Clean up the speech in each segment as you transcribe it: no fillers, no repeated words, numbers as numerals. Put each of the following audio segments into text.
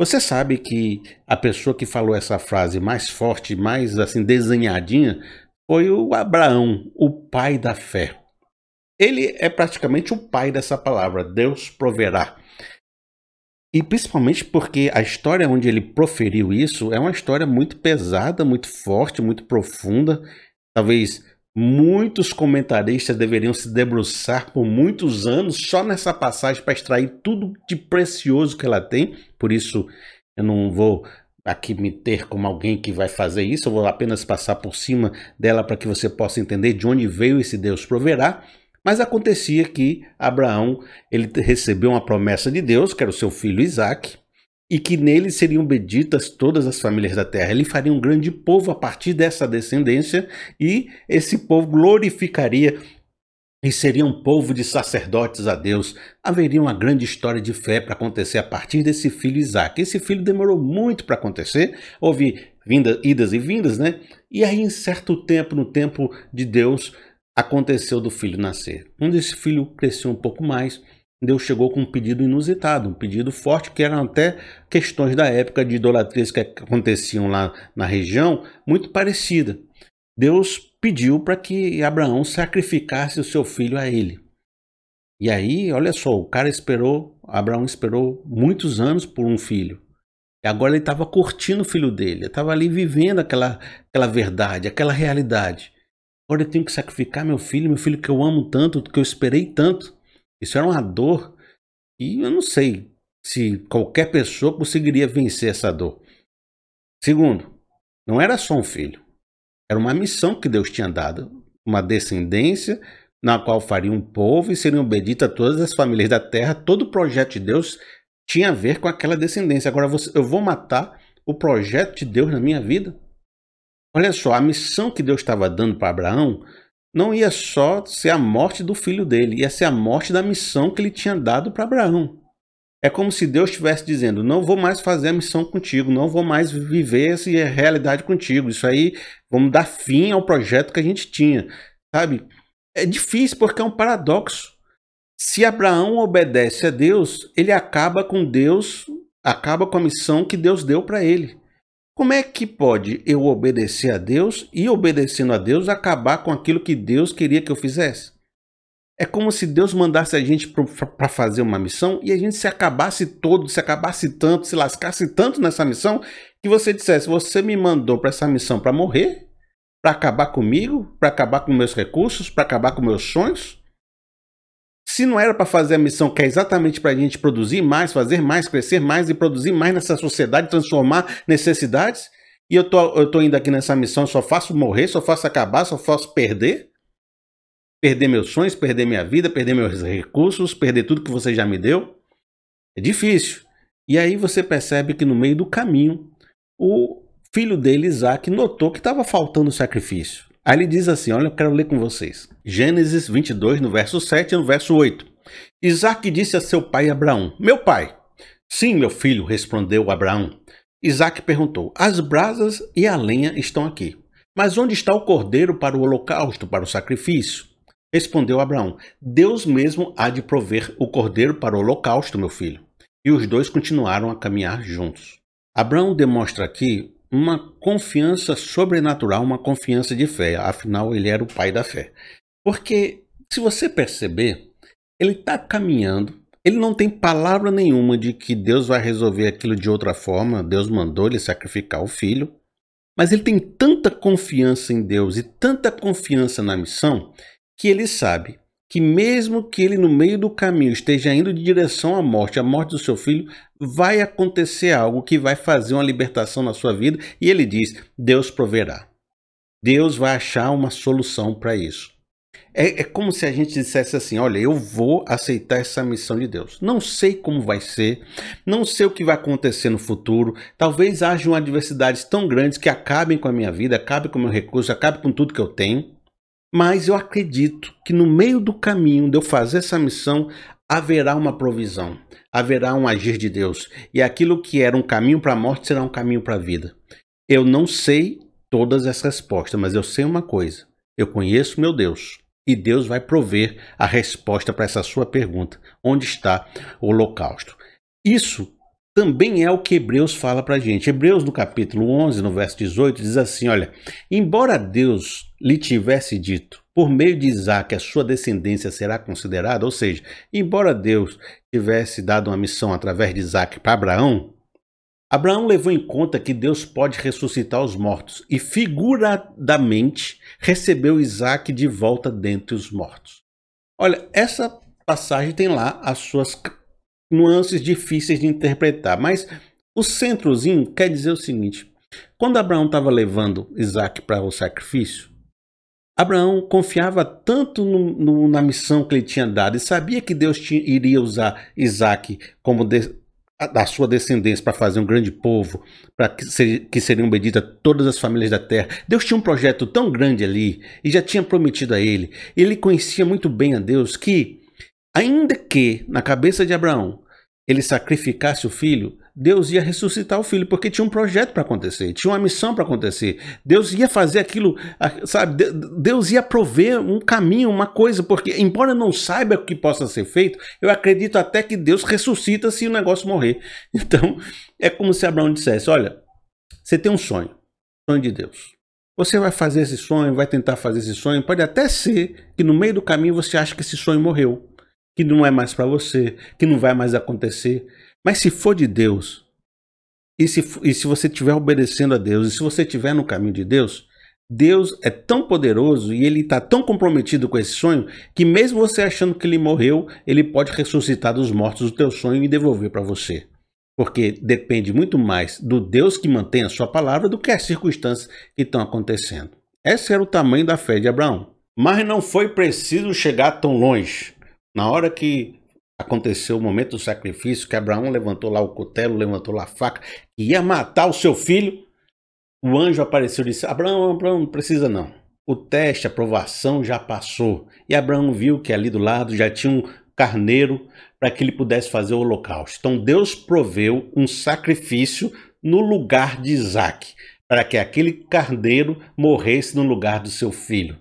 Você sabe que a pessoa que falou essa frase mais forte, mais assim desenhadinha, foi o Abraão, o pai da fé. Ele é praticamente o pai dessa palavra, Deus proverá. E principalmente porque a história onde ele proferiu isso é uma história muito pesada, muito forte, muito profunda. Talvez muitos comentaristas deveriam se debruçar por muitos anos só nessa passagem para extrair tudo de precioso que ela tem. Por isso eu não vou aqui me ter como alguém que vai fazer isso, eu vou apenas passar por cima dela para que você possa entender de onde veio esse Deus proverá. Mas acontecia que Abraão ele recebeu uma promessa de Deus, que era o seu filho Isaque, e que nele seriam benditas todas as famílias da terra. Ele faria um grande povo a partir dessa descendência, e esse povo glorificaria e seria um povo de sacerdotes a Deus. Haveria uma grande história de fé para acontecer a partir desse filho Isaque. Esse filho demorou muito para acontecer, houve idas e vindas, né? E aí, em certo tempo, no tempo de Deus, aconteceu do filho nascer. Quando esse filho cresceu um pouco mais, Deus chegou com um pedido inusitado, um pedido forte, que eram até questões da época de idolatrias que aconteciam lá na região, muito parecida. Deus pediu para que Abraão sacrificasse o seu filho a ele. E aí, olha só, Abraão esperou muitos anos por um filho. E agora ele estava curtindo o filho dele, estava ali vivendo aquela verdade, aquela realidade. Agora eu tenho que sacrificar meu filho que eu amo tanto, que eu esperei tanto. Isso era uma dor e eu não sei se qualquer pessoa conseguiria vencer essa dor. Segundo, não era só um filho. Era uma missão que Deus tinha dado. Uma descendência na qual faria um povo e seriam benditas todas as famílias da terra. Todo o projeto de Deus tinha a ver com aquela descendência. Agora eu vou matar o projeto de Deus na minha vida? Olha só, a missão que Deus estava dando para Abraão não ia só ser a morte do filho dele, ia ser a morte da missão que ele tinha dado para Abraão. É como se Deus estivesse dizendo, não vou mais fazer a missão contigo, não vou mais viver essa realidade contigo. Isso aí, vamos dar fim ao projeto que a gente tinha, sabe? É difícil porque é um paradoxo. Se Abraão obedece a Deus, ele acaba com a missão que Deus deu para ele. Como é que pode eu obedecer a Deus e, obedecendo a Deus, acabar com aquilo que Deus queria que eu fizesse? É como se Deus mandasse a gente para fazer uma missão e a gente se acabasse tanto, se lascasse tanto nessa missão, que você dissesse, você me mandou para essa missão para morrer? Para acabar comigo? Para acabar com meus recursos? Para acabar com meus sonhos? Se não era para fazer a missão que é exatamente para a gente produzir mais, fazer mais, crescer mais e produzir mais nessa sociedade, transformar necessidades, e eu tô indo aqui nessa missão, só faço morrer, só faço acabar, só faço perder meus sonhos, perder minha vida, perder meus recursos, perder tudo que você já me deu. É difícil. E aí você percebe que no meio do caminho, o filho dele, Isaque, notou que estava faltando sacrifício. Aí ele diz assim, olha, eu quero ler com vocês. Gênesis 22, no verso 7 e no verso 8. Isaque disse a seu pai Abraão, meu pai. Sim, meu filho, respondeu Abraão. Isaque perguntou, as brasas e a lenha estão aqui. Mas onde está o cordeiro para o holocausto, para o sacrifício? Respondeu Abraão, Deus mesmo há de prover o cordeiro para o holocausto, meu filho. E os dois continuaram a caminhar juntos. Abraão demonstra aqui uma confiança sobrenatural, uma confiança de fé. Afinal, ele era o pai da fé. Porque, se você perceber, ele está caminhando, ele não tem palavra nenhuma de que Deus vai resolver aquilo de outra forma. Deus mandou ele sacrificar o filho. Mas ele tem tanta confiança em Deus e tanta confiança na missão que ele sabe que mesmo que ele no meio do caminho esteja indo de direção à morte, a morte do seu filho, vai acontecer algo que vai fazer uma libertação na sua vida. E ele diz, Deus proverá. Deus vai achar uma solução para isso. É como se a gente dissesse assim, olha, eu vou aceitar essa missão de Deus. Não sei como vai ser, não sei o que vai acontecer no futuro. Talvez hajam adversidades tão grandes que acabem com a minha vida, acabem com o meu recurso, acabem com tudo que eu tenho. Mas eu acredito que no meio do caminho de eu fazer essa missão, haverá uma provisão, haverá um agir de Deus. E aquilo que era um caminho para a morte será um caminho para a vida. Eu não sei todas as respostas, mas eu sei uma coisa. Eu conheço meu Deus. E Deus vai prover a resposta para essa sua pergunta. Onde está o holocausto? Isso também é o que Hebreus fala para a gente. Hebreus, no capítulo 11, no verso 18, diz assim, olha, embora Deus lhe tivesse dito, por meio de Isaque a sua descendência será considerada, ou seja, embora Deus tivesse dado uma missão através de Isaque para Abraão, Abraão levou em conta que Deus pode ressuscitar os mortos e figuradamente recebeu Isaque de volta dentre os mortos. Olha, essa passagem tem lá as suas nuances difíceis de interpretar, mas o centrozinho quer dizer o seguinte: quando Abraão estava levando Isaque para o sacrifício, Abraão confiava tanto na missão que ele tinha dado e sabia que Deus iria usar Isaque como da sua descendência para fazer um grande povo, para que seriam benditas todas as famílias da terra. Deus tinha um projeto tão grande ali e já tinha prometido a ele. Ele conhecia muito bem a Deus que, ainda que na cabeça de Abraão ele sacrificasse o filho, Deus ia ressuscitar o filho, porque tinha um projeto para acontecer, tinha uma missão para acontecer. Deus ia fazer aquilo, sabe? Deus ia prover um caminho, uma coisa, porque embora eu não saiba o que possa ser feito, eu acredito até que Deus ressuscita se o negócio morrer. Então, é como se Abraão dissesse, olha, você tem um sonho de Deus. Você vai fazer esse sonho, vai tentar fazer esse sonho, pode até ser que no meio do caminho você ache que esse sonho morreu, que não é mais para você, que não vai mais acontecer. Mas se for de Deus, e se você estiver obedecendo a Deus, e se você estiver no caminho de Deus, Deus é tão poderoso e ele está tão comprometido com esse sonho, que mesmo você achando que ele morreu, ele pode ressuscitar dos mortos o teu sonho e devolver para você. Porque depende muito mais do Deus que mantém a sua palavra do que as circunstâncias que estão acontecendo. Esse era o tamanho da fé de Abraão. Mas não foi preciso chegar tão longe. Na hora que aconteceu o momento do sacrifício, que Abraão levantou lá o cutelo, levantou lá a faca, e ia matar o seu filho, o anjo apareceu e disse, Abraão, não precisa não. O teste, a provação já passou. E Abraão viu que ali do lado já tinha um carneiro para que ele pudesse fazer o holocausto. Então Deus proveu um sacrifício no lugar de Isaque, para que aquele carneiro morresse no lugar do seu filho.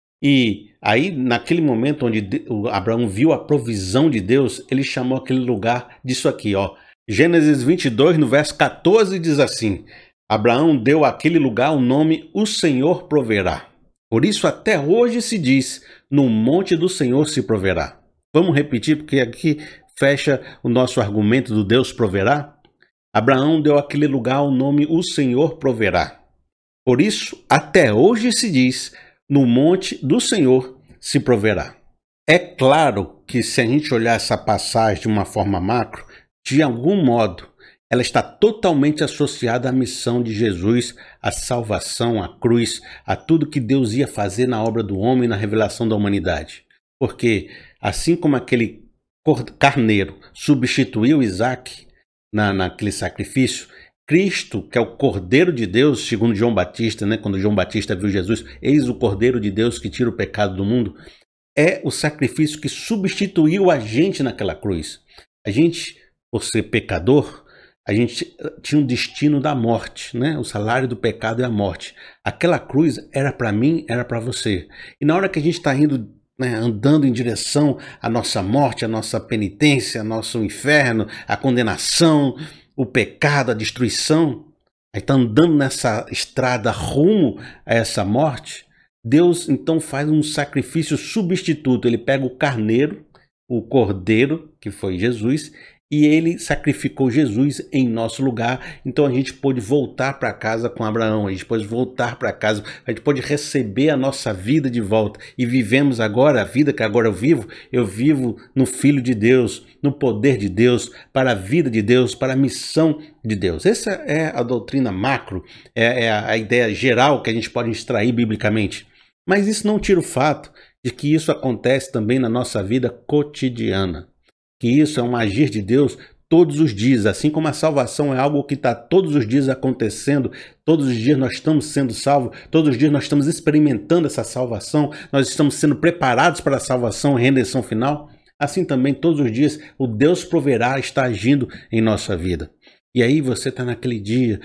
E aí, naquele momento onde Abraão viu a provisão de Deus, ele chamou aquele lugar disso aqui, ó. Gênesis 22, no verso 14, diz assim, Abraão deu àquele lugar o nome O Senhor Proverá. Por isso até hoje se diz, no monte do Senhor se proverá. Vamos repetir, porque aqui fecha o nosso argumento do Deus proverá. Abraão deu àquele lugar o nome O Senhor Proverá. Por isso até hoje se diz, no monte do Senhor se proverá. É claro que se a gente olhar essa passagem de uma forma macro, de algum modo, ela está totalmente associada à missão de Jesus, à salvação, à cruz, a tudo que Deus ia fazer na obra do homem, na revelação da humanidade. Porque assim como aquele carneiro substituiu Isaque naquele sacrifício, Cristo, que é o Cordeiro de Deus, segundo João Batista, né? Quando João Batista viu Jesus, eis o Cordeiro de Deus que tira o pecado do mundo, é o sacrifício que substituiu a gente naquela cruz. A gente, por ser pecador, a gente tinha um destino da morte, né? O salário do pecado é a morte. Aquela cruz era para mim, era para você. E na hora que a gente está indo, né, andando em direção à nossa morte, à nossa penitência, ao nosso inferno, à condenação, o pecado, a destruição, aí está andando nessa estrada rumo a essa morte, Deus então faz um sacrifício substituto. Ele pega o carneiro, o cordeiro, que foi Jesus, e ele sacrificou Jesus em nosso lugar. Então a gente pôde voltar para casa com Abraão, a gente pôde voltar para casa, a gente pôde receber a nossa vida de volta. E vivemos agora a vida que agora eu vivo no Filho de Deus, no poder de Deus, para a vida de Deus, para a missão de Deus. Essa é a doutrina macro, é a ideia geral que a gente pode extrair biblicamente. Mas isso não tira o fato de que isso acontece também na nossa vida cotidiana. Que isso é um agir de Deus todos os dias, assim como a salvação é algo que está todos os dias acontecendo, todos os dias nós estamos sendo salvos, todos os dias nós estamos experimentando essa salvação, nós estamos sendo preparados para a salvação e redenção final, assim também todos os dias o Deus proverá está agindo em nossa vida. E aí você está naquele dia,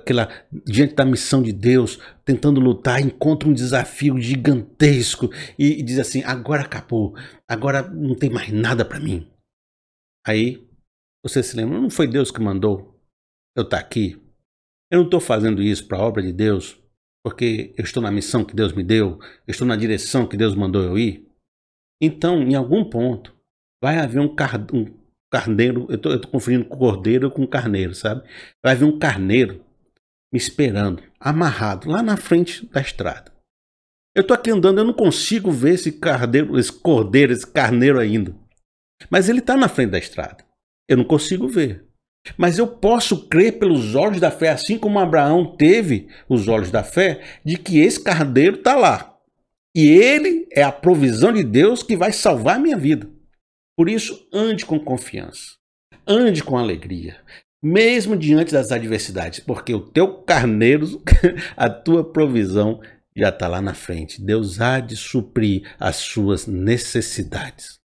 diante da missão de Deus, tentando lutar, encontra um desafio gigantesco e diz assim, agora acabou, agora não tem mais nada para mim. Aí Você se lembra? Não foi Deus que mandou eu estar aqui? Eu não estou fazendo isso para a obra de Deus, porque eu estou na missão que Deus me deu, eu estou na direção que Deus mandou eu ir? Então, em algum ponto, vai haver um carneiro, eu estou confundindo cordeiro com carneiro, sabe? Vai haver um carneiro me esperando, amarrado, lá na frente da estrada. Eu estou aqui andando, eu não consigo ver esse cordeiro, esse carneiro ainda. Mas ele está na frente da estrada. Eu não consigo ver. Mas eu posso crer pelos olhos da fé, assim como Abraão teve os olhos da fé, de que esse carneiro está lá. E ele é a provisão de Deus que vai salvar a minha vida. Por isso, ande com confiança. Ande com alegria. Mesmo diante das adversidades, porque o teu carneiro, a tua provisão já está lá na frente. Deus há de suprir as suas necessidades.